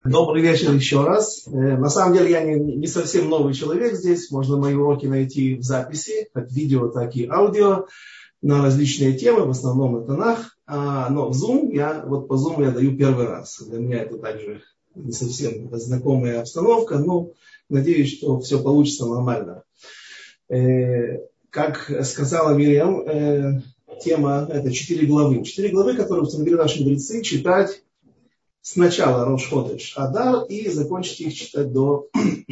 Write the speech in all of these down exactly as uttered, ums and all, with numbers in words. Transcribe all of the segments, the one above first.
Добрый вечер еще раз. На самом деле я не, не совсем новый человек здесь. Можно мои уроки найти в записи, как видео, так и аудио, на различные темы. В основном это Танах. Но в Zoom, я, вот по Zoom я даю первый раз. Для меня это также не совсем знакомая обстановка, но надеюсь, что все получится нормально. Как сказала Мириам, тема это четыре главы. Четыре главы, которые установили наши мудрецы читать сначала Рош Ходеш Адар и закончить их читать до,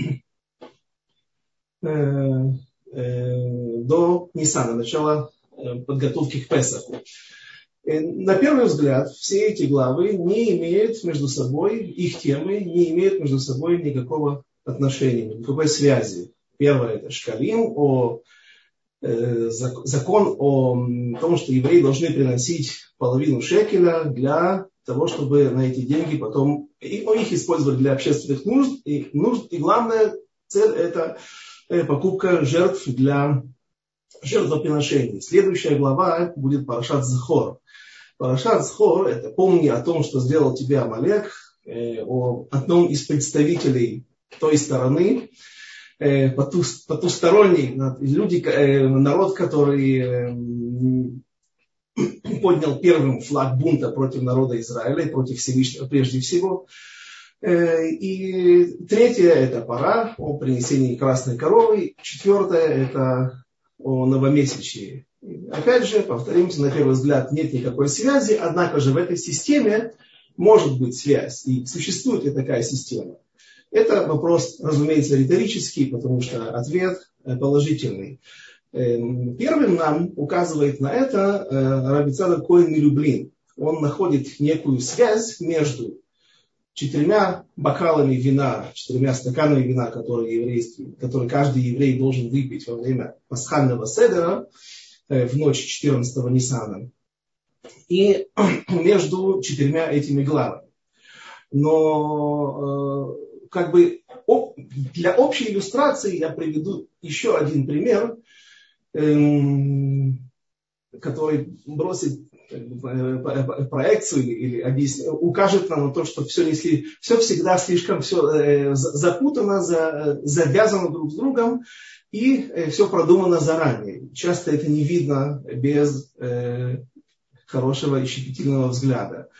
э, э, до Ниссана, начала э, подготовки к Песаху. Э, на первый взгляд, все эти главы не имеют между собой, их темы не имеют между собой никакого отношения, никакой связи. Первое это Шкалим, о, э, закон о том, что евреи должны приносить половину шекеля для того, чтобы на эти деньги потом и, ну, их использовать для общественных нужд. И, нужд. И главная цель это покупка жертв для жертвоприношений. Следующая глава будет Парашат Зхор. Парашат Зхор это помни о том, что сделал тебе Амалек, э, о одном из представителей той стороны, э, поту, потусторонний люди, э, народ, который э, поднял первым флаг бунта против народа Израиля и против Всевышнего прежде всего. И третье это пора о принесении красной коровы. Четвертое это о новомесячии. Опять же, повторимся, на первый взгляд нет никакой связи, однако же в этой системе может быть связь. И существует ли такая система? Это вопрос, разумеется, риторический, потому что ответ положительный. Первым нам указывает на это Раби Цадок Коэн Милюблин. Он находит некую связь между четырьмя бокалами вина, четырьмя стаканами вина, которые, еврейские, которые каждый еврей должен выпить во время пасхального седера в ночь четырнадцатого Ниссана, и между четырьмя этими главами. Но как бы для общей иллюстрации я приведу еще один пример, который бросит проекцию или объяснит, укажет нам на то, что все, несли, все всегда слишком все запутано, завязано друг с другом и все продумано заранее. Часто это не видно без хорошего и щепетильного взгляда.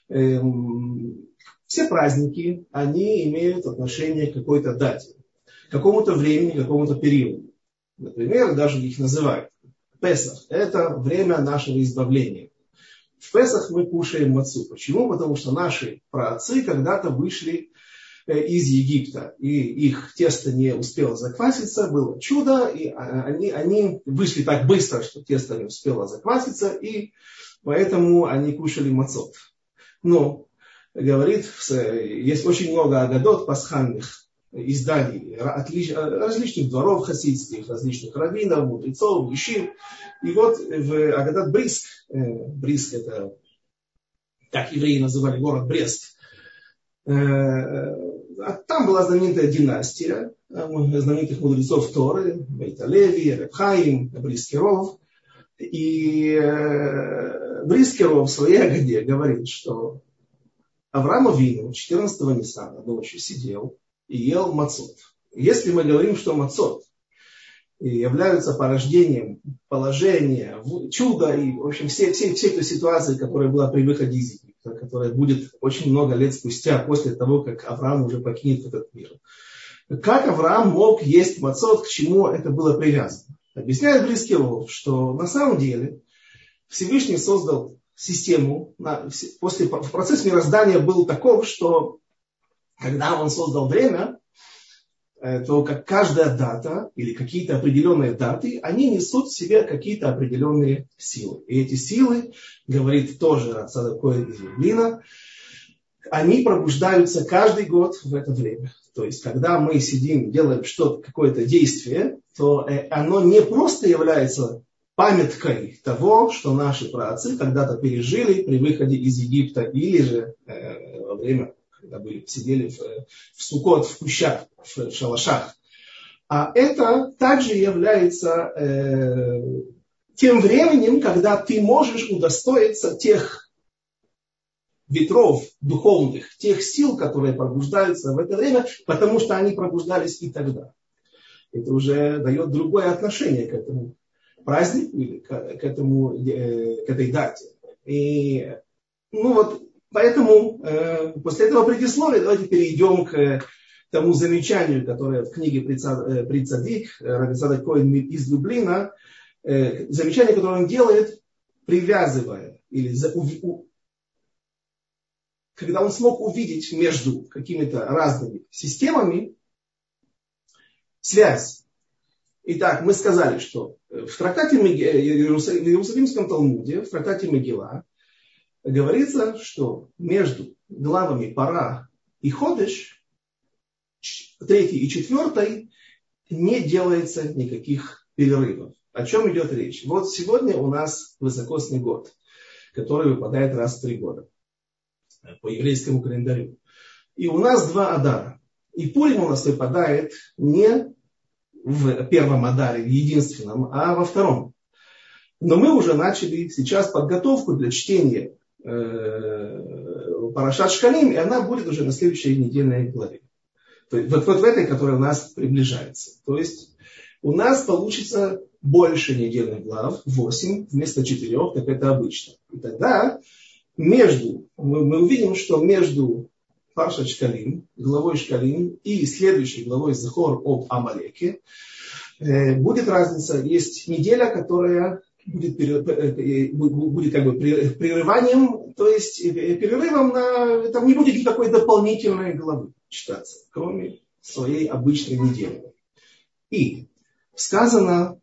Все праздники, они имеют отношение к какой-то дате, к какому-то времени, к какому-то периоду. Например, даже их называют Песах. Это время нашего избавления. В Песах мы кушаем мацу. Почему? Потому что наши праотцы когда-то вышли из Египта. И их тесто не успело закваситься. Было чудо. И они, они вышли так быстро, что тесто не успело закваситься. И поэтому они кушали мацот. Но, говорит, есть очень много агадот пасхальных изданий различных дворов хасидских, различных раввинов, мудрецов, ешив. И вот в Агадат Бриск, Бриск это, как евреи называли город Брест, там была знаменитая династия знаменитых мудрецов Торы, Бейт Леви, Реб Хаим, Брискеров. И Брискеров в своей Агаде говорит, что Авраам Авину четырнадцатого Ниссана ночью сидел и ел мацот. Если мы говорим, что мацот являются порождением положения, чуда и, в общем, все, все, все этой ситуации, которая была при выходе из Египта, которая будет очень много лет спустя, после того, как Авраам уже покинет этот мир. Как Авраам мог есть мацот, к чему это было привязано? Объясняет Брискеров, что на самом деле Всевышний создал систему, после, процесс мироздания был таков, что когда он создал время, то как каждая дата или какие-то определенные даты, они несут в себе какие-то определенные силы. И эти силы, говорит тоже Рав Цадок Коэн из Люблина, они пробуждаются каждый год в это время. То есть, когда мы сидим, делаем что-то, какое-то действие, то оно не просто является памяткой того, что наши праотцы когда-то пережили при выходе из Египта или же э, во время, когда были, сидели в, в Суккот, в кущах, в шалашах. А это также является э, тем временем, когда ты можешь удостоиться тех ветров духовных, тех сил, которые пробуждаются в это время, потому что они пробуждались и тогда. Это уже дает другое отношение к этому празднику или к, к, этому, э, к этой дате. И, ну вот, поэтому э, после этого предисловия давайте перейдем к тому замечанию, которое в книге При Цадик, Раби Цадок Коэн из Люблина, э, замечание, которое он делает, привязывая, или за, у, у, когда он смог увидеть между какими-то разными системами связь. Итак, мы сказали, что в трактате в Иерусалимском Талмуде, в трактате Мегила, говорится, что между главами Пара и Ходеш, третьей и четвертой, не делается никаких перерывов. О чем идет речь? Вот сегодня у нас высокосный год, который выпадает раз в три года по еврейскому календарю. И у нас два Адара. И Пурим у нас выпадает не в первом Адаре, в единственном, а во втором. Но мы уже начали сейчас подготовку для чтения э, Парашат Шкалим, и она будет уже на следующей недельной главе. То есть, вот, вот в этой, которая у нас приближается. То есть у нас получится больше недельных глав, восемь вместо четырех, как это обычно. И тогда между, мы, мы увидим, что между Паршат Шкалим, главой Шкалим и следующей главой Захор об Амалеке э, будет разница. Есть неделя, которая будет, будет как бы прерыванием, то есть перерывом на, там не будет никакой дополнительной главы читаться, кроме своей обычной недели. И сказано,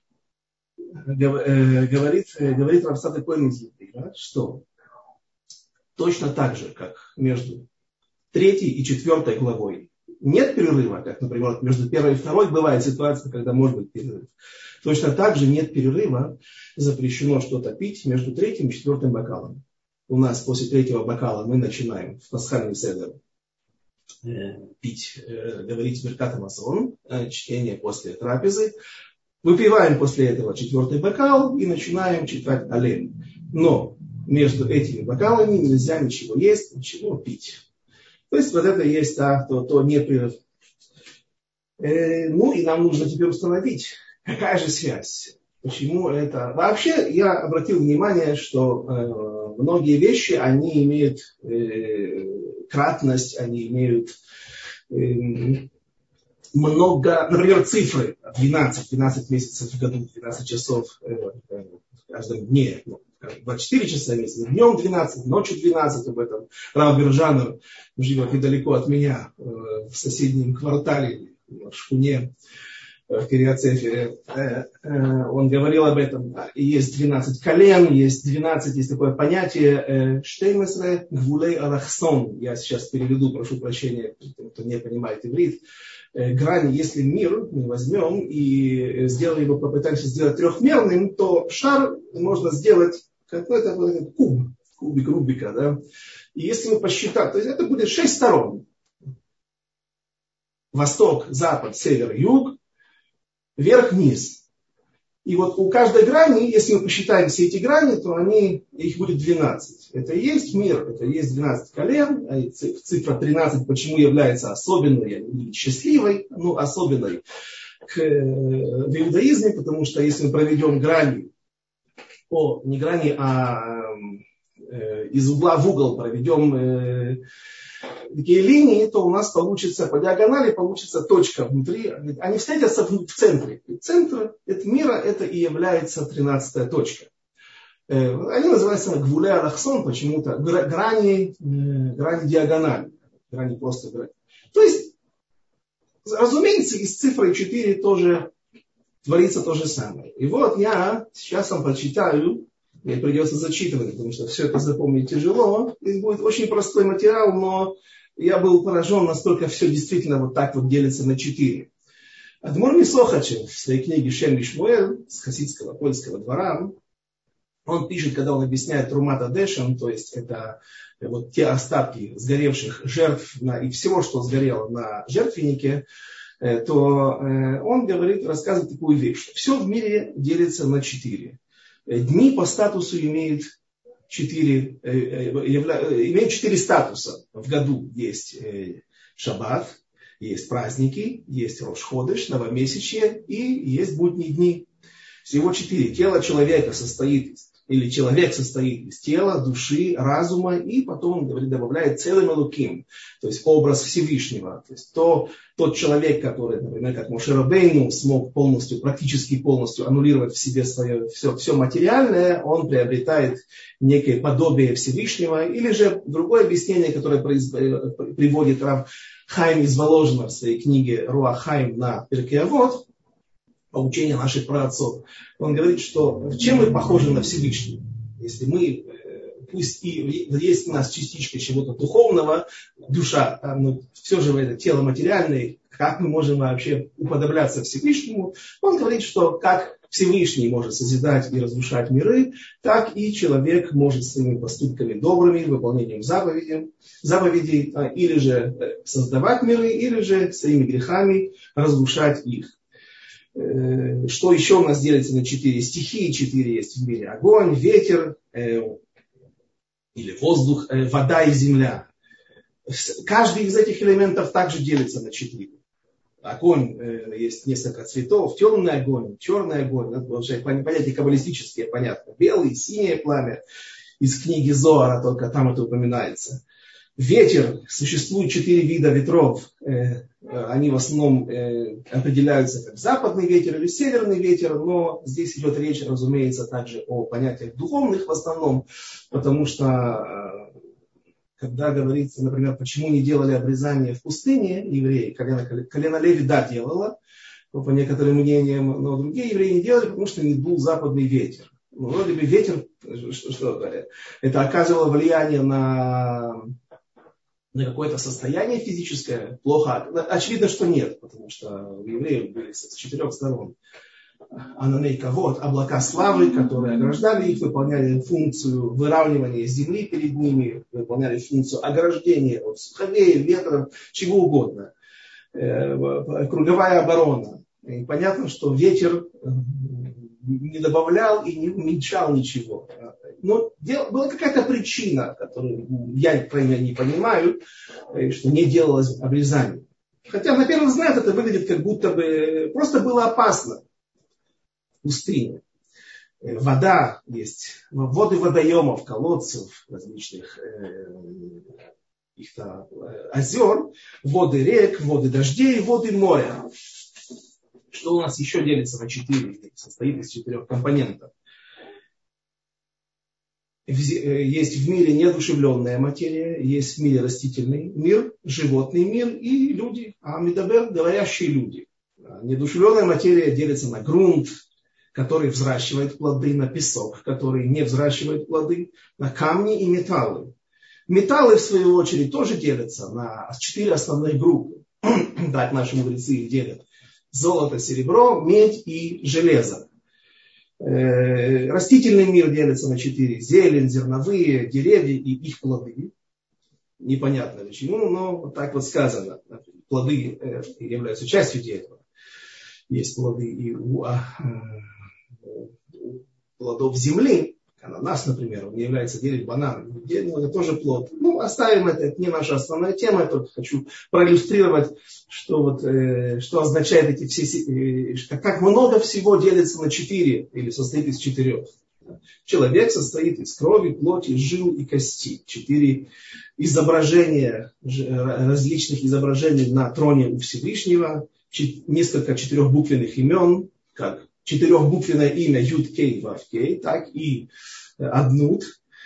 говорит, говорит Рав Цадок Коэн из Люблина, что точно так же, как между третьей и четвертой главой нет перерыва, как, например, между первой и второй бывает ситуация, когда может быть перерыв. Точно так же нет перерыва, запрещено что-то пить между третьим и четвертым бокалом. У нас после третьего бокала мы начинаем в пасхальный седер э, пить, э, говорить Беркат Хамазон, э, чтение после трапезы. Выпиваем после этого четвертый бокал и начинаем читать Алель. Но между этими бокалами нельзя ничего есть, ничего пить. То есть вот это есть а, то, то непрерыв. Э, ну и нам нужно теперь установить, какая же связь. Почему это? Вообще я обратил внимание, что э, многие вещи, они имеют э, кратность, они имеют э, много, например, цифры двенадцать, двенадцать месяцев в году, двенадцать часов э, э, в каждом дне. двадцать четыре часа в месяц, днем двенадцать, ночью двенадцать, об этом Рав Бержанов живет недалеко от меня, в соседнем квартале, в Шхуне, в Кириат-Сефере. Он говорил об этом. Есть двенадцать колен, есть двенадцать, есть такое понятие штеймесре гвулей алахсон. Я сейчас переведу, прошу прощения, кто не понимает иврит. Грани, если мир мы возьмем и сделаем его, попытаемся сделать трехмерным, то шар можно сделать как, ну, это куб, кубик Рубика, да. И если мы посчитаем, то есть это будет шесть сторон. Восток, запад, север, юг, вверх, вниз. И вот у каждой грани, если мы посчитаем все эти грани, то они, их будет двенадцать. Это и есть мир, это и есть двенадцать колен. Цифра тринадцать почему является особенной, или счастливой, ну особенной к, в иудаизме, потому что если мы проведем грани, по, не грани, а э, из угла в угол проведем э, такие линии, то у нас получится, по диагонали получится точка внутри. Они встретятся в центре. И центр этого мира это и является тринадцатая точка. Они называются гвулей алахсон, почему-то грани, грани диагонали. Грани просто грани. То есть, разумеется, и с цифрой четыре тоже творится то же самое. И вот я сейчас вам прочитаю, мне придется зачитывать, потому что все это запомнить тяжело. Здесь будет очень простой материал, но я был поражен, насколько все действительно вот так вот делится на четыре. Адмор Мисохачев в своей книге Шем Мишмуэль с хасидского польского двора, он пишет, когда он объясняет Трумат Адешем, то есть это вот те остатки сгоревших жертв на, и всего, что сгорело на жертвеннике, то он говорит, рассказывает такую вещь, что все в мире делится на четыре. Дни по статусу имеют четыре, явля, имеют четыре статуса. В году есть шаббат, есть праздники, есть Рош ходеш, новомесячье и есть будние дни. Всего четыре. Тело человека состоит из или человек состоит из тела, души, разума, и потом, он говорит, добавляет целым элуким, то есть образ Всевышнего. То есть то, тот человек, который, например, как Моше Рабейну, смог полностью, практически полностью аннулировать в себе свое, все, все материальное, он приобретает некое подобие Всевышнего, или же другое объяснение, которое произ... приводит Рав Хаим из Воложина в своей книге Руах Хаим на Перкей Авот, поучение наших праотцов. Он говорит, что чем мы похожи на Всевышнего? Если мы, пусть и есть у нас частичка чего-то духовного, душа, но все же это тело материальное, как мы можем вообще уподобляться Всевышнему? Он говорит, что как Всевышний может созидать и разрушать миры, так и человек может своими поступками добрыми, выполнением заповедей, заповедей или же создавать миры, или же своими грехами разрушать их. Что еще у нас делится на четыре стихии? Четыре есть в мире. Огонь, ветер, э, или воздух, э, вода и земля. Каждый из этих элементов также делится на четыре. Огонь, э, есть несколько цветов. Темный огонь, черный огонь. Это уже понятия каббалистические, понятно. Белый, синее пламя. Из книги Зоара, только там это упоминается. Ветер. Существует четыре вида ветров. Они в основном определяются как западный ветер или северный ветер, но здесь идет речь, разумеется, также о понятиях духовных в основном, потому что, когда говорится, например, почему не делали обрезание в пустыне евреи, колено, колено Леви, да, делало, по некоторым мнениям, но другие евреи не делали, потому что не был западный ветер. Ну, вроде бы ветер, что, что, это оказывало влияние на... на какое-то состояние физическое, плохо. Очевидно, что нет, потому что у евреев были с четырех сторон ананей кавод, облака славы, которые ограждали их, выполняли функцию выравнивания земли перед ними, выполняли функцию ограждения от суховеев, ветров, чего угодно. Круговая оборона. И понятно, что ветер не добавлял и не уменьшал ничего. Но была какая-то причина, которую я, по крайней мере, не понимаю, что не делалось обрезание. Хотя, на первый взгляд, это выглядит как будто бы просто было опасно в пустыне. Вода есть, воды водоемов, колодцев, различных их-то озер, воды рек, воды дождей, воды моря. Что у нас еще делится на четыре, состоит из четырех компонентов. Есть в мире неодушевленная материя, есть в мире растительный мир, животный мир и люди, амидабер, говорящие люди. Неодушевленная материя делится на грунт, который взращивает плоды, на песок, который не взращивает плоды, на камни и металлы. Металлы, в свою очередь, тоже делятся на четыре основные группы. Так наши мудрецы их делят. Золото, серебро, медь и железо. Растительный мир делится на четыре. Зелень, зерновые, деревья и их плоды. Непонятно почему, но так вот сказано. Плоды являются частью дерева. Есть плоды и у плодов земли. Ананас, например, он не является деревом, бананом. Это тоже плод. Ну, оставим это, это не наша основная тема. Я только хочу проиллюстрировать, что, вот, э, что означает эти все... Э, как много всего делится на четыре, или состоит из четырех. Человек состоит из крови, плоти, жил и кости. Четыре изображения, различных изображений на троне у Всевышнего. Несколько четырехбуквенных имен, как четырехбуквенное имя Юд-Кей, Вав-Кей, так и Аднут.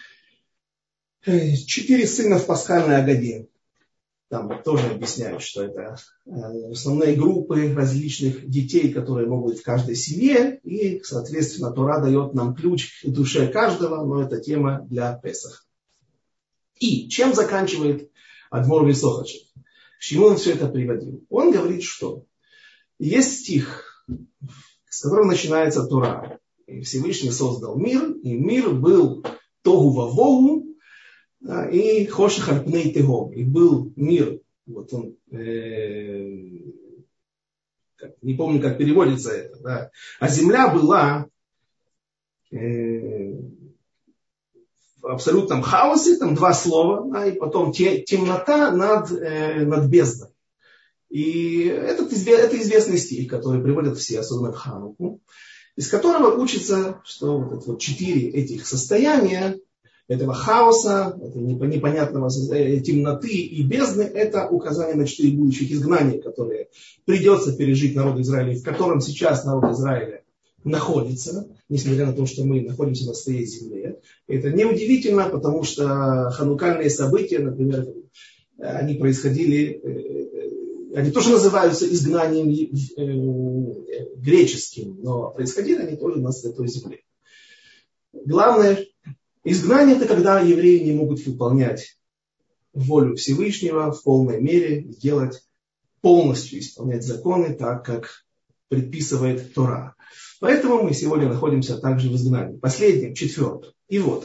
Четыре сына в пасхальной Агаде. Там тоже объясняют, что это основные группы различных детей, которые могут быть в каждой семье. И, соответственно, Тора дает нам ключ к душе каждого, но это тема для Песах. И чем заканчивает Адмор Висохачев? К чему он все это приводил? Он говорит, что есть стих, с которого начинается Тора. И Всевышний создал мир, и мир был тогу вавогу, и хоших аль пней тегом. И был мир, вот он, э, не помню, как переводится это, да. А земля была э, в абсолютном хаосе, там два слова, да, и потом те, темнота над, э, над бездной. И этот, это известный стих, который приводят все, особенно в Хануку, из которого учится, что вот, это вот четыре этих состояния, этого хаоса, этого непонятного темноты и бездны, это указание на четыре будущих изгнания, которые придется пережить народу Израиля, в котором сейчас народ Израиля находится, несмотря на то, что мы находимся на своей земле. Это неудивительно, потому что ханукальные события, например, они происходили, они тоже называются изгнанием греческим, но происходили они тоже на Святой Земле. Главное, изгнание — это когда евреи не могут выполнять волю Всевышнего в полной мере, сделать полностью, исполнять законы так, как предписывает Тора. Поэтому мы сегодня находимся также в изгнании. Последнем, четвертом. И вот,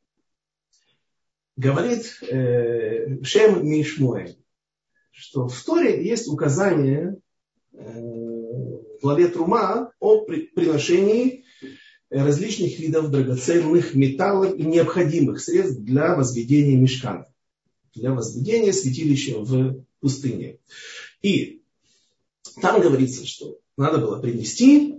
говорит э, Шем Мишмуэль, что в Торе есть указание э, в главе Трума о при, приношении различных видов драгоценных металлов и необходимых средств для возведения мишкана, для возведения святилища в пустыне. И там говорится, что надо было принести.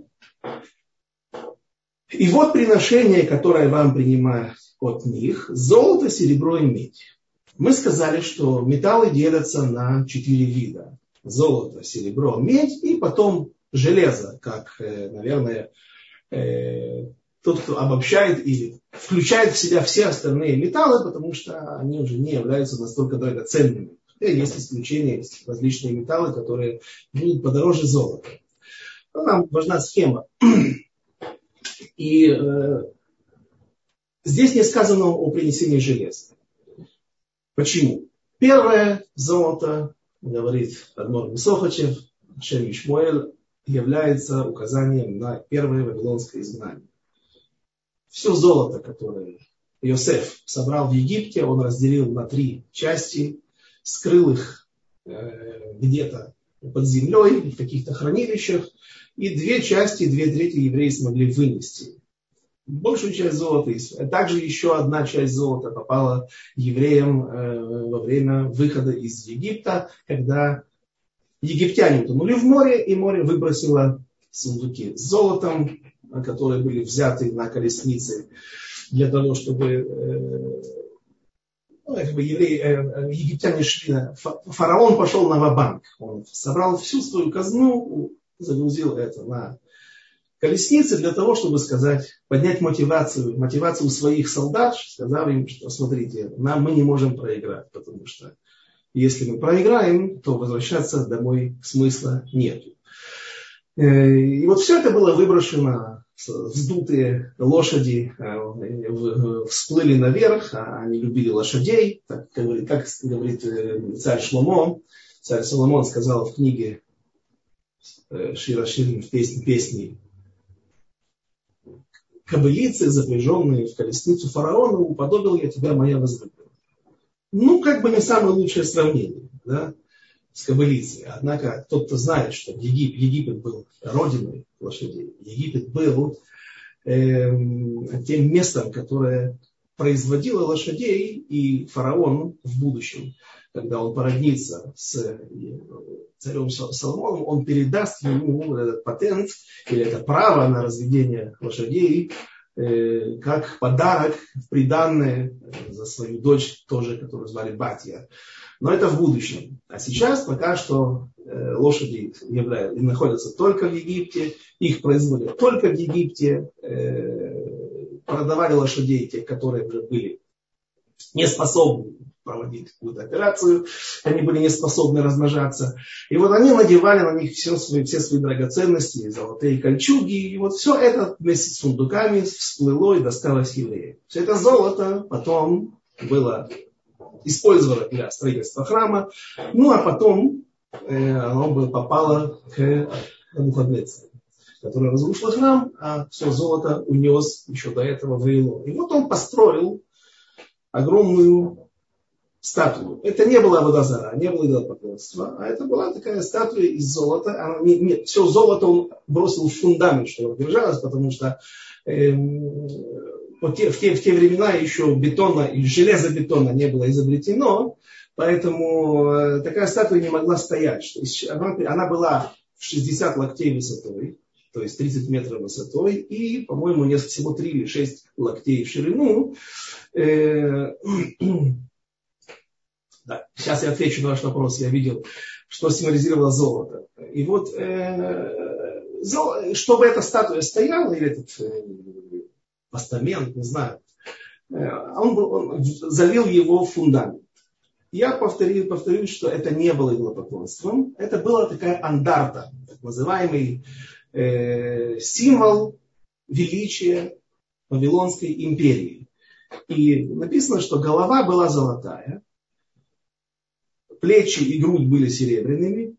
И вот приношение, которое вам принимают от них, золото, серебро и медь. Мы сказали, что металлы делятся на четыре вида. Золото, серебро, медь и потом железо, как, наверное, тот, кто обобщает и включает в себя все остальные металлы, потому что они уже не являются настолько драгоценными. И есть исключения, есть различные металлы, которые будут подороже золота. Но нам важна схема. И э, здесь не сказано о принесении железа. Почему? Первое, золото, говорит Адмор Мисохачев, Шем Мишмуэль, является указанием на первое вавилонское изгнание. Все золото, которое Иосиф собрал в Египте, он разделил на три части, скрыл их э, где-то под землей, в каких-то хранилищах, и две части, две трети евреи смогли вынести. Большую часть золота. Также еще одна часть золота попала евреям э, во время выхода из Египта, когда египтяне утонули в море, и море выбросило сундуки с золотом, которые были взяты на колесницы для того, чтобы э, ну, как бы евреи, э, египтяне шли. Фараон пошел на ва-банк. Он собрал всю свою казну, загрузил это на колесницы для того, чтобы сказать, поднять мотивацию, мотивацию своих солдат, сказав им, что смотрите, нам мы не можем проиграть, потому что если мы проиграем, то возвращаться домой смысла нет. И вот все это было выброшено, вздутые лошади всплыли наверх, а они любили лошадей, как говорит, как говорит царь Шломо. Царь Соломон сказал в книге Шира Ширим, в песне, песни: кобылицы, запряженные в колесницу фараона, уподобил я тебя, моя возлюбленная. Ну, как бы не самое лучшее сравнение, да, с кобылицей. Однако тот, кто знает, что Египет, Египет был родиной лошадей, Египет был э, тем местом, которое производило лошадей, и фараон в будущем, когда он породнится с царем Соломоном, он передаст ему этот патент или это право на разведение лошадей э, как подарок в приданное за свою дочь, тоже, которую звали Батья. Но это в будущем. А сейчас пока что э, лошади являются, находятся только в Египте, их производят только в Египте, э, продавали лошадей, те, которые уже были не способны проводить какую-то операцию, они были не способны размножаться. И вот они надевали на них все свои, все свои драгоценности, золотые кольчуги, и вот все это вместе с сундуками всплыло и досталось евреям. Все это золото потом было использовано для строительства храма, ну а потом э, оно попало к Навуходоносору, который разрушил храм, а все золото унес еще до этого в Вавилон. И вот он построил огромную статую. Это не была водозара, не было идолопоклонства, а это была такая статуя из золота. Она, не, не, все золото он бросил в фундамент, чтобы держалось, потому что э, вот те, в, те, в те времена еще бетона и железобетона не было изобретено, поэтому такая статуя не могла стоять. То есть она, она была в шестьдесят локтей высотой, то есть тридцать метров высотой, и, по-моему, несколько, всего три или шесть локтей в ширину. Да, сейчас я отвечу на ваш вопрос. Я видел, что символизировало золото. И вот, э, золо, чтобы эта статуя стояла, или этот э, постамент, не знаю, э, он, был, он залил его в фундамент. Я повторю, повторюсь, что это не было идолопоклонством. Это была такая андарта, так называемый э, символ величия Вавилонской империи. И написано, что голова была золотая, плечи и грудь были серебряными.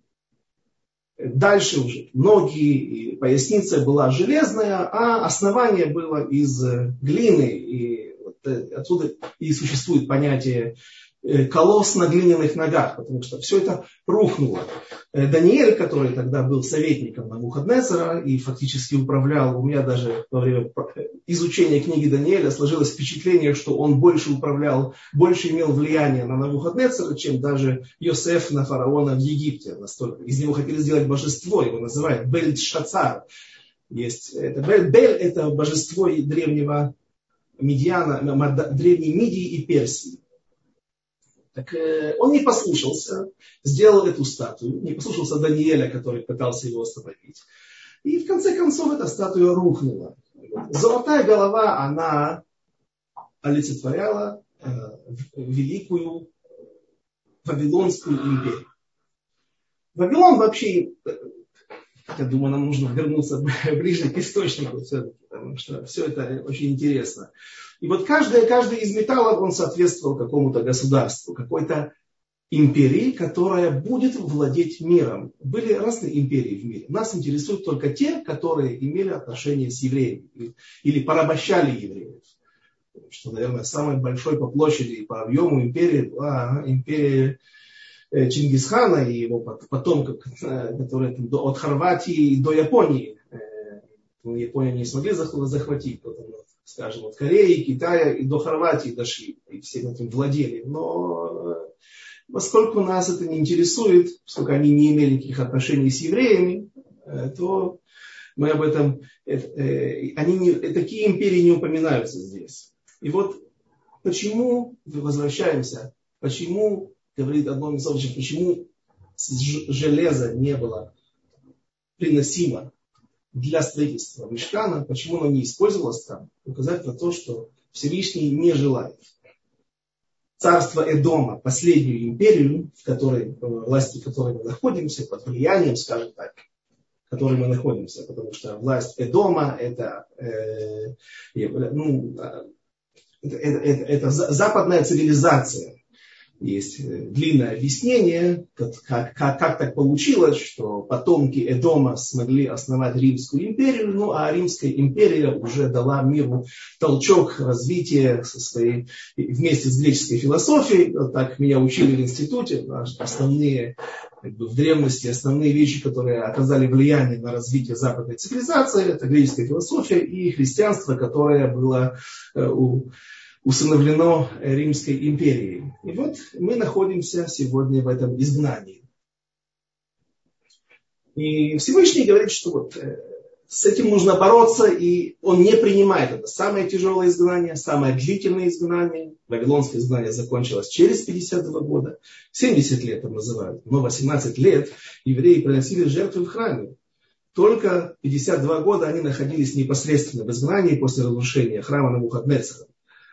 Дальше уже ноги и поясница была железная, а основание было из глины. И вот отсюда и существует понятие колосс на глиняных ногах, потому что все это рухнуло. Даниэль, который тогда был советником Навуходоносора и фактически управлял, у меня даже во время изучения книги Даниэля сложилось впечатление, что он больше управлял, больше имел влияние на Навуходоносора, чем даже Йосеф на фараона в Египте. Настолько. Из него хотели сделать божество, его называют Бельтшацар. Есть. Это, Бель, Бель это божество древнего Медиана, древней Мидии и Персии. Так, э, он не послушался, сделал эту статую, не послушался Даниэля, который пытался его остановить. И в конце концов эта статуя рухнула. Золотая голова, она олицетворяла э, великую Вавилонскую империю. Вавилон вообще, я думаю, нам нужно вернуться ближе к источнику все-таки, потому что все это очень интересно. И вот каждый, каждый из металлов, он соответствовал какому-то государству, какой-то империи, которая будет владеть миром. Были разные империи в мире. Нас интересуют только те, которые имели отношение с евреями или порабощали евреев. Что, наверное, самой большой по площади и по объему империи была империя Чингисхана и его потомков, которые там, от Хорватии до Японии. Японию не смогли захватить, потому, скажем, от Кореи, Китая и до Хорватии дошли, и всем этим владели. Но поскольку нас это не интересует, поскольку они не имели никаких отношений с евреями, то мы об этом, они не, такие империи не упоминаются здесь. И вот почему, возвращаемся, почему, говорит одно из случаев, почему железо не было приносимо для строительства Мишкана, почему оно не использовалось там, указать на то, что Всевышний не желает. Царство Эдома, последнюю империю, в которой, власти которой мы находимся, под влиянием, скажем так, в которой мы находимся, потому что власть Эдома это, э, ну, это, это, это, это западная цивилизация. Есть длинное объяснение, как, как, как, как так получилось, что потомки Эдома смогли основать Римскую империю, ну а Римская империя уже дала миру толчок развития со своей, вместе с греческой философией. Вот так меня учили в институте. Основные, как бы, в древности основные вещи, которые оказали влияние на развитие западной цивилизации, это греческая философия и христианство, которое было у усыновлено Римской империей. И вот мы находимся сегодня в этом изгнании. И Всевышний говорит, что вот э, с этим нужно бороться, и он не принимает это. Самое тяжелое изгнание, самое длительное изгнание. Вавилонское изгнание закончилось через пятьдесят два года. семьдесят лет это называют. Но восемнадцать лет евреи приносили жертвы в храме. Только пятьдесят два года они находились непосредственно в изгнании после разрушения храма Навуходоносора.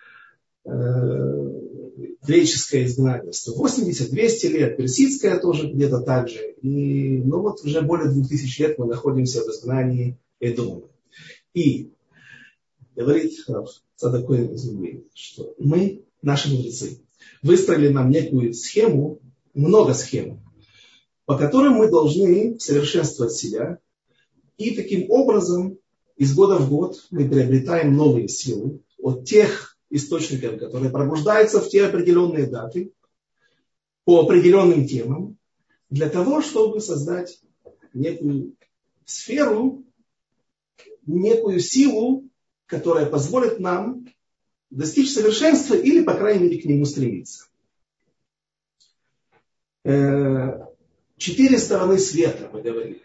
Греческое изгнание сто восемьдесят - двести лет, персидское тоже где-то так же. И, ну вот уже более двух тысяч лет мы находимся в изгнании Эдома. И говорит такое изумление, что мы, наши мудрецы, выстроили нам некую схему, много схем, по которым мы должны совершенствовать себя. И таким образом из года в год мы приобретаем новые силы от тех источников, которые пробуждаются в те определенные даты, по определенным темам, для того, чтобы создать некую сферу, некую силу, которая позволит нам достичь совершенства или, по крайней мере, к нему стремиться. Четыре стороны света, мы говорили.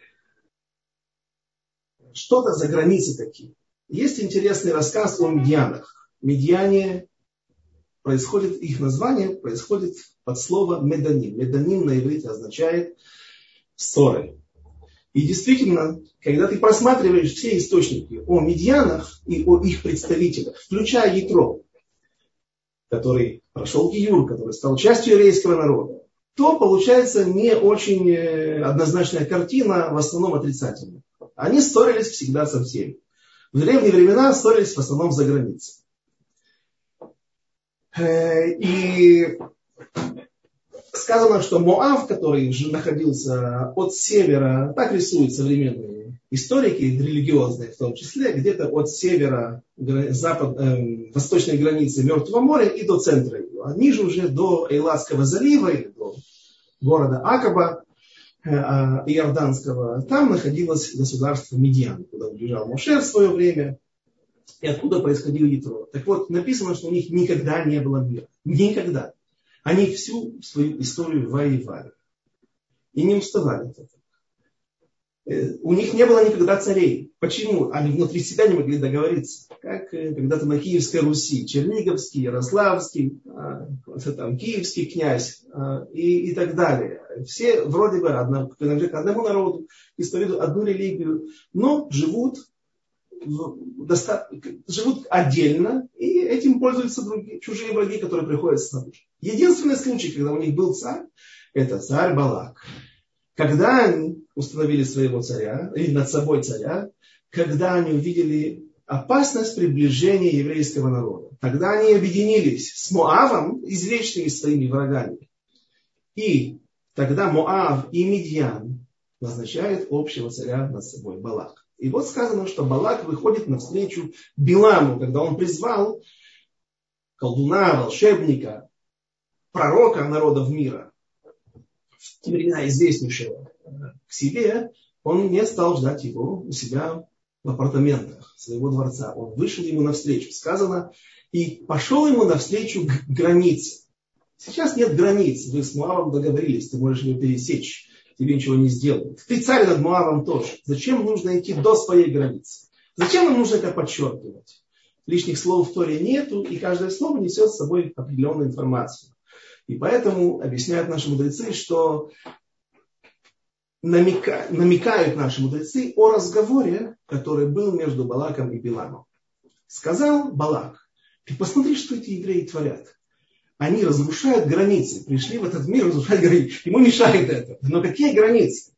Что-то за границей такие. Есть интересный рассказ о медьянах. Медьяне происходит, их название происходит от слова меданим. Меданим на иврите означает ссоры. И действительно, когда ты просматриваешь все источники о медьянах и о их представителях, включая Ятро, который прошел гиюр, который стал частью еврейского народа, то получается не очень однозначная картина, в основном отрицательная. Они ссорились всегда со всеми. В древние времена ссорились в основном за границей. И сказано, что Моав, который же находился от севера, так рисуют современные историки, религиозные в том числе, где-то от севера, запад, э, восточной границы Мертвого моря и до центра его. А ниже уже до Эйлатского залива, или до города Акаба, э, Иорданского, там находилось государство Медьян, куда убежал Моше в свое время, и откуда происходил Ятро. Так вот, написано, что у них никогда не было мира. Никогда. Они всю свою историю воевали. И не уставали от этого. У них не было никогда царей. Почему? Они внутри себя не могли договориться. Как когда-то на Киевской Руси. Черниговский, Ярославский, там, Киевский князь и, и так далее. Все вроде бы принадлежат к одному народу, исповедуют одну религию, но живут, живут отдельно, и этим пользуются другие, чужие враги, которые приходят снаружи. Единственный случай, когда у них был царь, это царь Балак. Когда они установили своего царя, или над собой царя, когда они увидели опасность приближения еврейского народа. Тогда они объединились с Моавом, извечными своими врагами. И тогда Моав и Медьян назначают общего царя над собой, Балак. И вот сказано, что Балак выходит навстречу Биламу, когда он призвал колдуна, волшебника, пророка народов мира, в те времена известнейшего, к себе, он не стал ждать его у себя в апартаментах своего дворца. Он вышел ему навстречу, сказано, и пошел ему навстречу к границе. Сейчас нет границ, вы с Моавом договорились, ты можешь ее пересечь, тебе ничего не сделают. Ты царь над Моавом тоже. Зачем нужно идти до своей границы? Зачем нам нужно это подчеркивать? Лишних слов в Торе нету, и каждое слово несет с собой определенную информацию. И поэтому объясняют наши мудрецы, что намека, намекают наши мудрецы о разговоре, который был между Балаком и Биламом. Сказал Балак, ты посмотри, что эти евреи творят. Они разрушают границы. Пришли в этот мир разрушать границы. Ему мешает это. Но какие границы?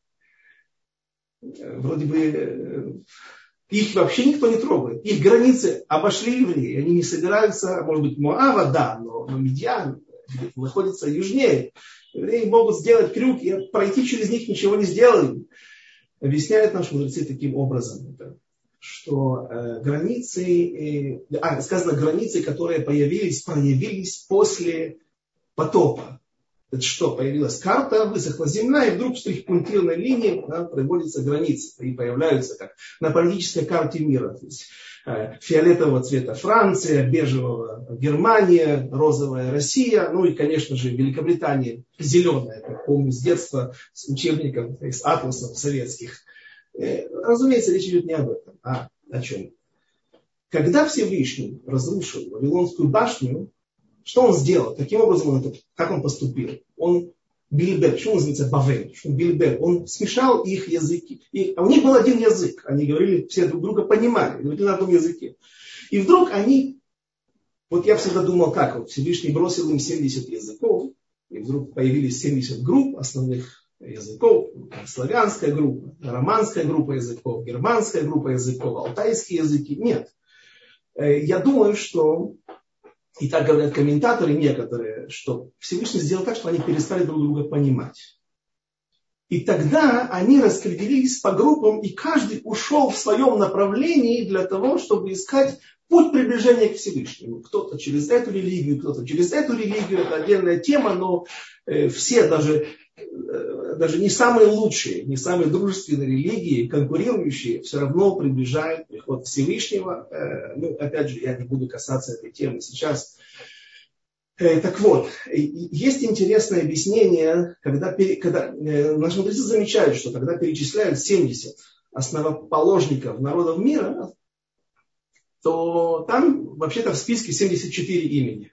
Вроде бы их вообще никто не трогает. Их границы обошли евреи. Они не собираются, может быть, Моава, да, но, но Медьян находится южнее. Евреи могут сделать крюк и пройти через них ничего не сделают. Объясняют наши мудрецы таким образом, что э, границы, э, а, сказано, границы, которые появились, проявились после потопа. Это что? Появилась карта, высохла земля, и вдруг в штрих-пунктирной линии, да, проводятся границы. И появляются как на политической карте мира. То есть, э, фиолетового цвета Франция, бежевого Германия, розовая Россия, ну и, конечно же, Великобритания зеленая. Я помню с детства, с учебником, с атласов советских. Э, разумеется, речь идет не об этом. А о чем? Когда Всевышний разрушил Вавилонскую башню, что он сделал? Каким образом он это, как он поступил? Он Бильбер, почему он называется Бавель? Бильбер, он смешал их языки. И, а у них был один язык. Они говорили, все друг друга понимали, говорили на одном языке. И вдруг они, вот я всегда думал, как вот Всевышний бросил им семьдесят языков, и вдруг появились семьдесят групп основных языков, славянская группа, романская группа языков, германская группа языков, алтайские языки. Нет. Я думаю, что, и так говорят комментаторы некоторые, что Всевышний сделал так, что они перестали друг друга понимать. И тогда они распределились по группам, и каждый ушел в своем направлении для того, чтобы искать путь приближения к Всевышнему. Кто-то через эту религию, кто-то через эту религию. Это отдельная тема, но э, все даже... даже не самые лучшие, не самые дружественные религии, конкурирующие, все равно приближают приход Всевышнего. Ну, опять же, я не буду касаться этой темы сейчас. Так вот, есть интересное объяснение, когда, когда наши мудрецы замечают, что когда перечисляют семьдесят основоположников народов мира, то там вообще-то в списке семьдесят четыре имени.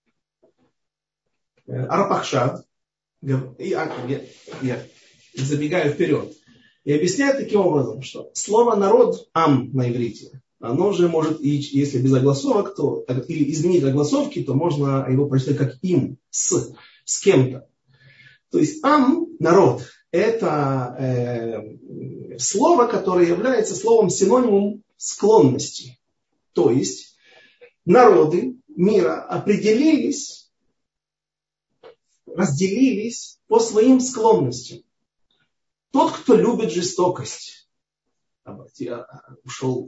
Арпахшад, и, а, я, я забегаю вперед, и объясняет таким образом, что слово народ, ам на иврите, оно же может, если без огласовок, то, или изменить огласовки, то можно его прочитать как им, с, с кем-то. То есть ам, народ, это э, слово, которое является словом синонимом склонности. То есть народы мира определились, разделились по своим склонностям. Тот, кто любит жестокость, ушел,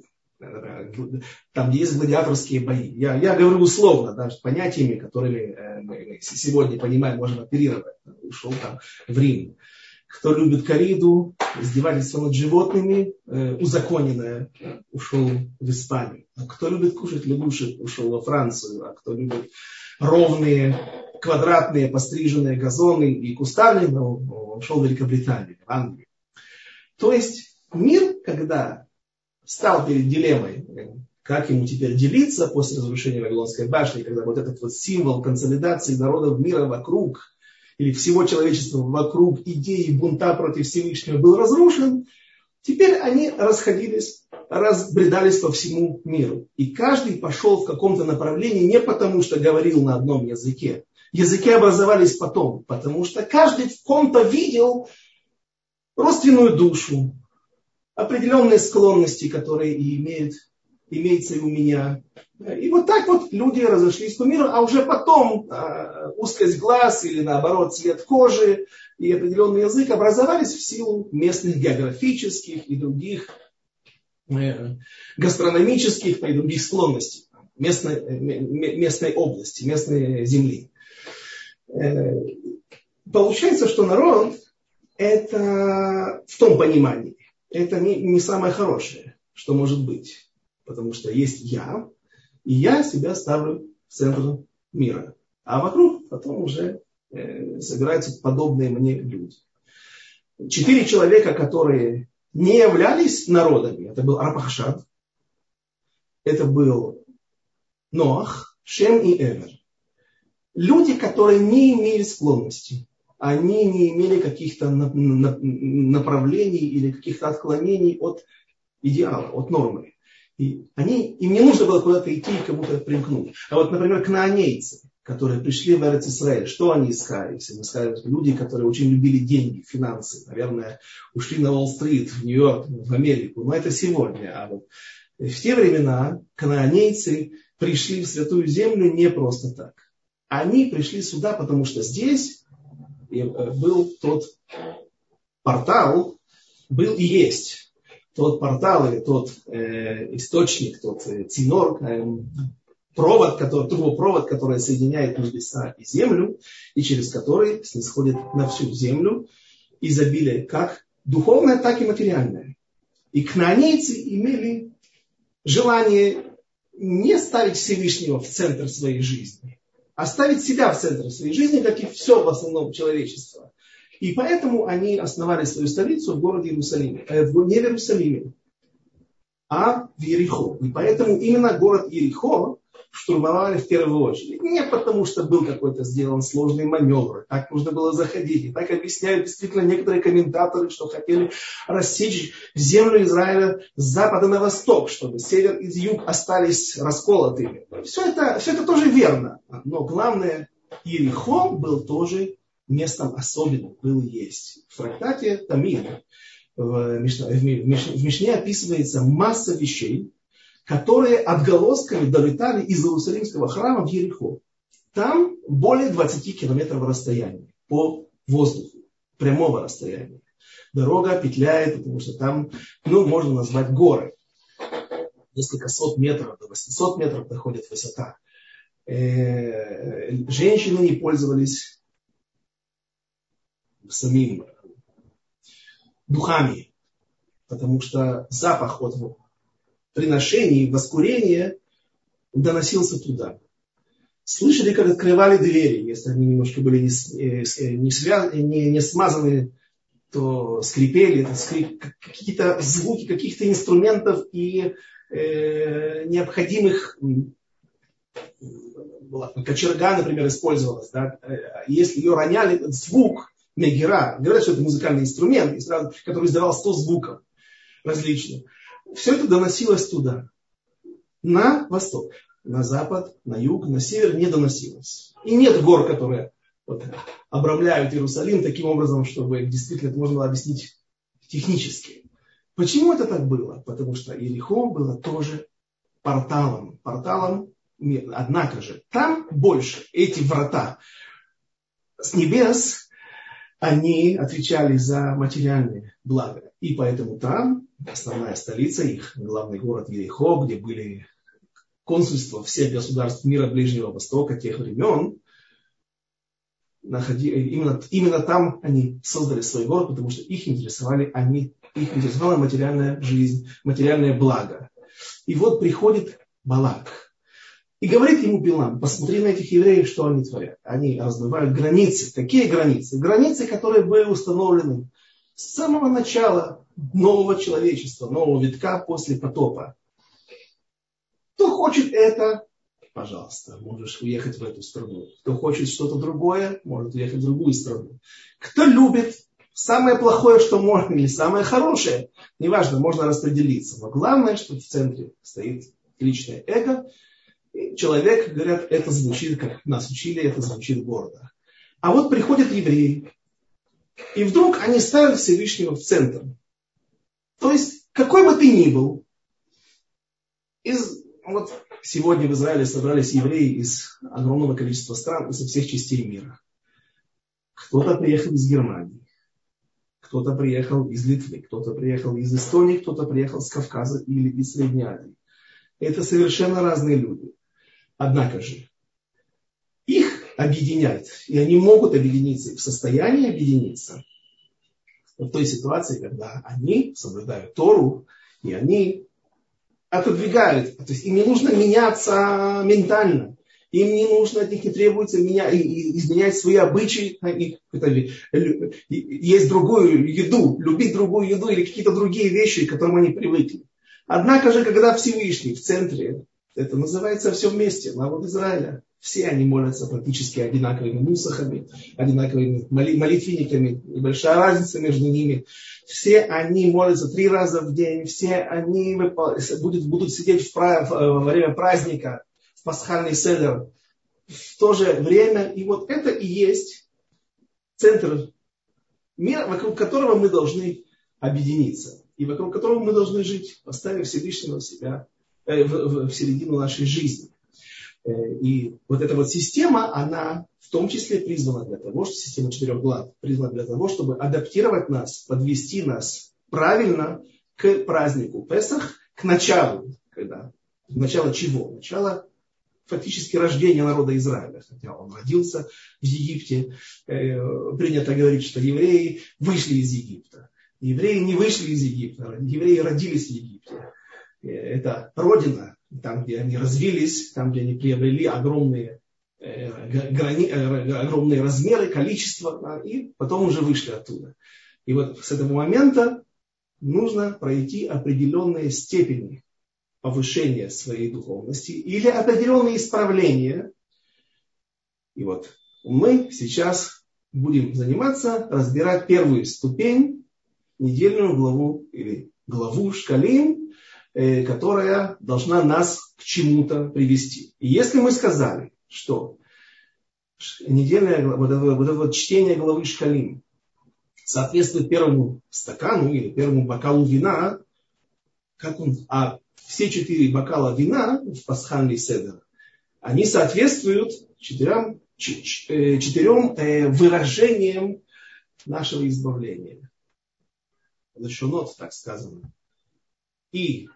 там, где есть гладиаторские бои. Я, я говорю условно, даже понятиями, которыми мы сегодня понимаем, можем оперировать. Ушел там в Рим. Кто любит кориду, издевательство над животными, э, узаконенное, ушел в Испанию. Кто любит кушать лягушек, ушел во Францию. А кто любит ровные, квадратные, постриженные газоны и кустарные, ну, ушел в Великобританию, в Англию. То есть мир, когда стал перед дилеммой, как ему теперь делиться после разрушения Вавилонской башни, когда вот этот вот символ консолидации народов мира вокруг, или всего человечества вокруг идеи бунта против Всевышнего был разрушен, теперь они расходились, разбредались по всему миру. И каждый пошел в каком-то направлении не потому, что говорил на одном языке. Языки образовались потом, потому что каждый в ком-то видел родственную душу, определенные склонности, которые и имеют, имеются и у меня. И вот так вот люди разошлись по миру, а уже потом э, узкость глаз или наоборот цвет кожи и определенный язык образовались в силу местных географических и других э, гастрономических и других склонностей местной, местной области, местной земли. Э, получается, что народ это в том понимании, это не, не самое хорошее, что может быть. Потому что есть я, и я себя ставлю в центр мира. А вокруг потом уже э, собираются подобные мне люди. Четыре человека, которые не являлись народами, это был Арпахшад, это был Ноах, Шем и Эвер. Люди, которые не имели склонности. Они не имели каких-то направлений или каких-то отклонений от идеала, от нормы. И они, им не нужно было куда-то идти и кому-то примкнуть. А вот, например, кнаанейцы, которые пришли в Эрец-Исраэль, что они искали? Все мы искали люди, которые очень любили деньги, финансы. Наверное, ушли на Уолл-стрит, в Нью-Йорк, в Америку. Но это сегодня. А вот в те времена кнаанейцы пришли в Святую Землю не просто так. Они пришли сюда, потому что здесь был тот портал, был и есть. Тот портал или тот э, источник, тот э, цинор, э, провод, который, трубопровод, который соединяет небеса и землю, и через который снисходит на всю землю изобилие как духовное, так и материальное. И кнаанейцы имели желание не ставить Всевышнего в центр своей жизни, а ставить себя в центр своей жизни, как и все в основном человечество. И поэтому они основали свою столицу в городе Иерусалиме. Э, не в Иерусалиме, а в Ерихо. И поэтому именно город Ерихо штурмовали в первую очередь. Не потому, что был какой-то сделан сложный маневр. Так нужно было заходить. И так объясняют действительно некоторые комментаторы, что хотели рассечь землю Израиля с запада на восток, чтобы север и юг остались расколотыми. Все это, все это тоже верно. Но главное, Ерихо был тоже местом особенным, был и есть. В трактате Тамид в Мишне, в Мишне описывается масса вещей, которые отголосками долетали из Иерусалимского храма в Ерихо. Там более двадцати километров расстояния по воздуху, прямого расстояния. Дорога петляет, потому что там, ну, можно назвать горы. Несколько сот метров, до восьмисот метров доходит высота. Женщины не пользовались самим духами, потому что запах от приношений, воскурения доносился туда. Слышали, как открывали двери, если они немножко были не, не, связ... не, не смазаны, то скрипели, это скрип... какие-то звуки каких-то инструментов и э, необходимых. Кочерга, например, использовалась. Да? Если ее роняли, этот звук мегера, говорят, что это музыкальный инструмент, который издавал сто звуков различных. Все это доносилось туда, на восток. На запад, на юг, на север не доносилось. И нет гор, которые вот, обрамляют Иерусалим таким образом, чтобы действительно это можно было объяснить технически. Почему это так было? Потому что Иерихо было тоже порталом. Порталом, однако же, там больше эти врата с небес, они отвечали за материальные блага. И поэтому там основная столица их, главный город Иерихо, где были консульства всех государств мира Ближнего Востока тех времен, находи, именно, именно там они создали свой город, потому что их интересовали, они, их интересовала материальная жизнь, материальное благо. И вот приходит Балак и говорит ему Билам: посмотри на этих евреев, что они творят. Они размывают границы. Какие границы? Границы, которые были установлены с самого начала нового человечества, нового витка после потопа. Кто хочет это, пожалуйста, можешь уехать в эту страну. Кто хочет что-то другое, может уехать в другую страну. Кто любит самое плохое, что можно, или самое хорошее, неважно, можно распределиться. Но главное, что в центре стоит личное эго. И человек, говорят, это звучит, как нас учили, это звучит гордо. А вот приходят евреи, и вдруг они ставят Всевышнего в центр. То есть, какой бы ты ни был, из... Вот сегодня в Израиле собрались евреи из огромного количества стран, из всех частей мира. Кто-то приехал из Германии, кто-то приехал из Литвы, кто-то приехал из Эстонии, кто-то приехал с Кавказа или из Средней Азии. Это совершенно разные люди. Однако же их объединяет, и они могут объединиться, и в состоянии объединиться в той ситуации, когда они соблюдают Тору, и они отодвигают. То есть им не нужно меняться ментально. Им не нужно, от них не требуется меня, изменять свои обычаи. Есть другую еду, любить другую еду или какие-то другие вещи, к которым они привыкли. Однако же, когда Всевышний в центре, это называется все вместе, народ Израиля. Все они молятся практически одинаковыми мусахами, одинаковыми молитвенниками. Небольшая разница между ними. Все они молятся три раза в день. Все они будут, будут сидеть в, во время праздника, в пасхальный седер. В то же время. И вот это и есть центр мира, вокруг которого мы должны объединиться. И вокруг которого мы должны жить, поставив Всевышнего себя э, в, в, в середину нашей жизни. И вот эта вот система, она в том числе призвана для того, что система четырех глав призвана для того, чтобы адаптировать нас, подвести нас правильно к празднику Песах, к началу, когда, начало чего? Начало фактически рождения народа Израиля. Хотя он родился в Египте, принято говорить, что евреи вышли из Египта. Евреи не вышли из Египта, евреи родились в Египте. Это родина. Там, где они развились, там, где они приобрели огромные, э, грани, э, огромные размеры, количество, да, и потом уже вышли оттуда. И вот с этого момента нужно пройти определенные степени повышения своей духовности или определенные исправления. И вот мы сейчас будем заниматься, разбирать первую ступень, недельную главу или главу Шкалим, которая должна нас к чему-то привести. И если мы сказали, что недельное вот это, вот это вот чтение главы Шкалим соответствует первому стакану или первому бокалу вина, как он, а все четыре бокала вина в пасхальный седер, они соответствуют четырем, четырем выражениям нашего избавления. Лешонот, так сказано. И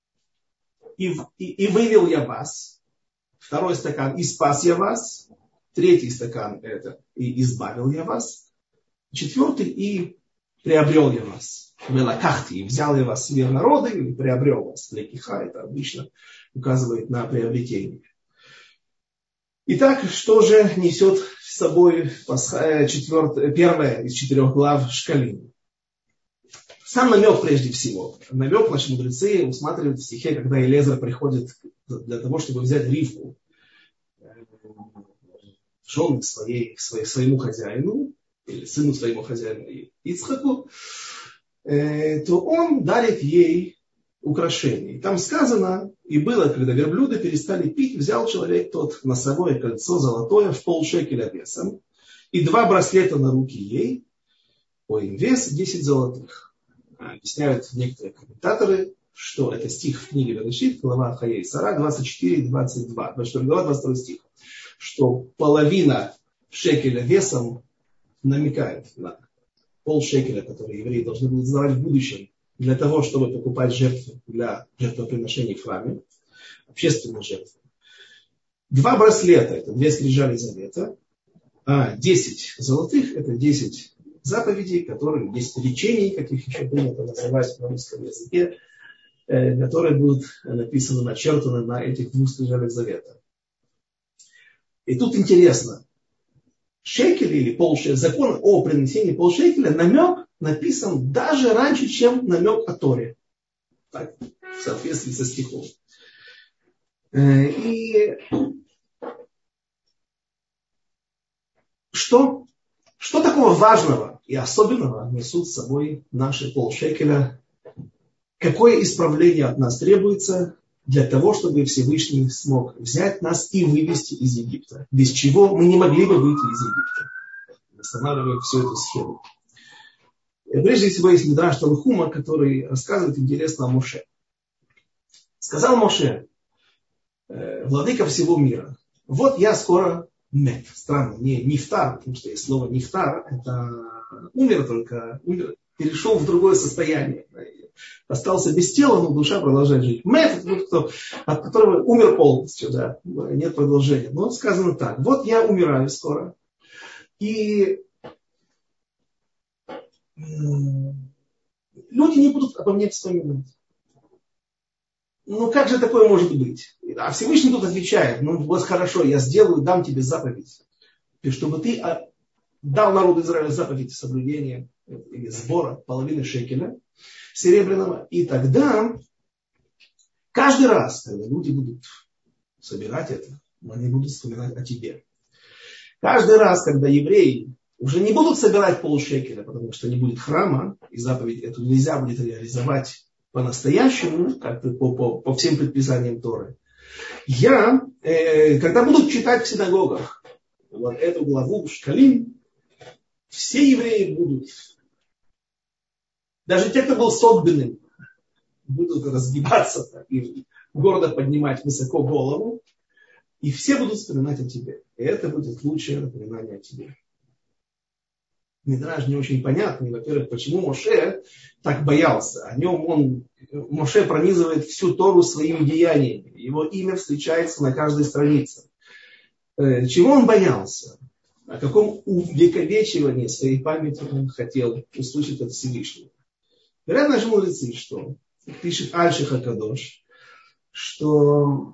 И, и, и вывел я вас, второй стакан, и спас я вас, Третий стакан это и избавил я вас. Четвертый и приобрел я вас. Велакахти, и взял я вас себе в народы или приобрел вас. Лекиха это обычно указывает на приобретение. Итак, что же несет с собой четвертое, первое из четырех глав Шкалим? Сам намек прежде всего. Намек наши мудрецы усматривают в стихе, когда Элиэзер приходит для того, чтобы взять Ривку в жены своей, своей, своему хозяину, или сыну своему хозяину Ицхаку, то он дарит ей украшений. Там сказано, и было, когда верблюды перестали пить, взял человек тот носовое кольцо золотое в полшекеля весом, и два браслета на руки ей, по им вес десять золотых. Объясняют некоторые комментаторы, что это стих в книге Берешит, глава Хаей Сара, двадцать четыре двадцать два, двадцать четвёртая глава, двадцать второй стих, что половина шекеля весом намекает на полшекеля, который евреи должны будут сдавать в будущем, для того, чтобы покупать жертвы для жертвоприношений в храме, общественные жертвы. Два браслета, это две скрижали завета, а десять золотых, это десять заповедей, которые, десять речений, как их еще принято называть на русском языке, которые будут написаны, начертаны на этих двух скрижалях завета. И тут интересно, шекель или полшекеля, закон о принесении полшекеля, намек написан даже раньше, чем намек о Торе. Так, в соответствии со стихом. И что, что такого важного и особенного несут с собой наши полшекеля? Какое исправление от нас требуется для того, чтобы Всевышний смог взять нас и вывести из Египта? Без чего мы не могли бы выйти из Египта. Восстанавливая всю эту схему. Прежде всего есть Мидраш Танхума, который рассказывает интересно о Моше. Сказал Моше, владыка всего мира, вот я скоро мет. Странно, не нифтар, потому что есть слово нифтар, это умер только, умер, перешел в другое состояние. Остался без тела, но душа продолжает жить. Мет, это тот, кто, от которого умер полностью, да, нет продолжения. Но сказано так, вот я умираю скоро. И люди не будут обо мне вспоминать. Ну как же такое может быть? А Всевышний тут отвечает, ну вот хорошо, я сделаю, дам тебе заповедь, чтобы ты дал народу Израиля заповедь соблюдения или сбора половины шекеля серебряного. И тогда каждый раз, когда люди будут собирать это, они будут вспоминать о тебе. Каждый раз, когда евреи уже не будут собирать полшекеля, потому что не будет храма, и заповедь эту нельзя будет реализовать по-настоящему, как по, по, по всем предписаниям Торы. Я, э, когда будут читать в синагогах вот эту главу Шкалим, все евреи будут, даже те, кто был согбенным, будут разгибаться так, и гордо поднимать высоко голову, и все будут вспоминать о тебе. И это будет лучшее напоминание о тебе. Мидраш не очень понятный. Во-первых, почему Моше так боялся. О нем он, Моше пронизывает всю Тору своими деяниями. Его имя встречается на каждой странице. Чего он боялся? О каком увековечивании своей памяти он хотел услышать от Всевышнего? Говорят наши мудрецы, что пишет Аль-Шиха Кадош, что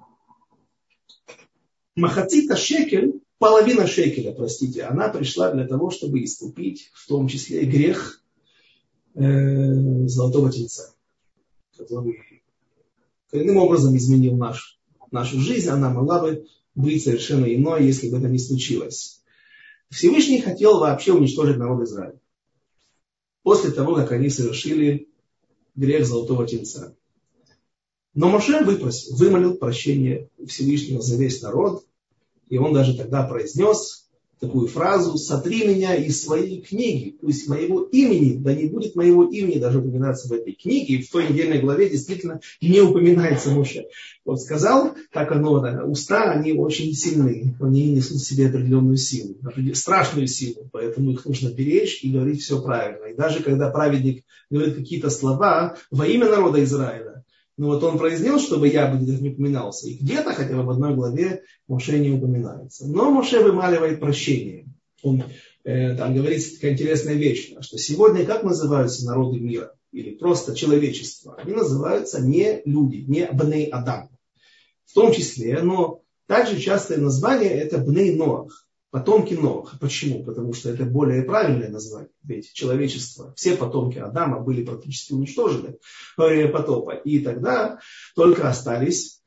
Махацита шекель, половина шекеля, простите, она пришла для того, чтобы искупить, в том числе, грех э, золотого тельца, который коренным образом изменил наш, нашу жизнь. Она могла бы быть совершенно иной, если бы это не случилось. Всевышний хотел вообще уничтожить народ Израиля после того, как они совершили грех золотого тельца. Но Моше выпросил, вымолил прощение Всевышнего за весь народ. И он даже тогда произнес такую фразу: «Сотри меня из своей книги, пусть моего имени, да не будет моего имени даже упоминаться в этой книге». И в той недельной главе действительно не упоминается Моше. Вот сказал, так оно, да, уста, они очень сильные, они несут в себе определенную силу, страшную силу, поэтому их нужно беречь и говорить все правильно. И даже когда праведник говорит какие-то слова во имя народа Израиля, Но вот он произнес, чтобы я бы не упоминался. И где-то, хотя бы в одной главе, Моше не упоминается. Но Моше вымаливает прощение. Он, э, там говорится такая интересная вещь, что сегодня как называются народы мира? Или просто человечество? Они называются не люди, не Бней Адам. В том числе, но также частое название это Бней Ноах. Потомки Ноаха. Почему? Потому что это более правильное название. Ведь человечество, все потомки Адама были практически уничтожены во время потопа. И тогда только остались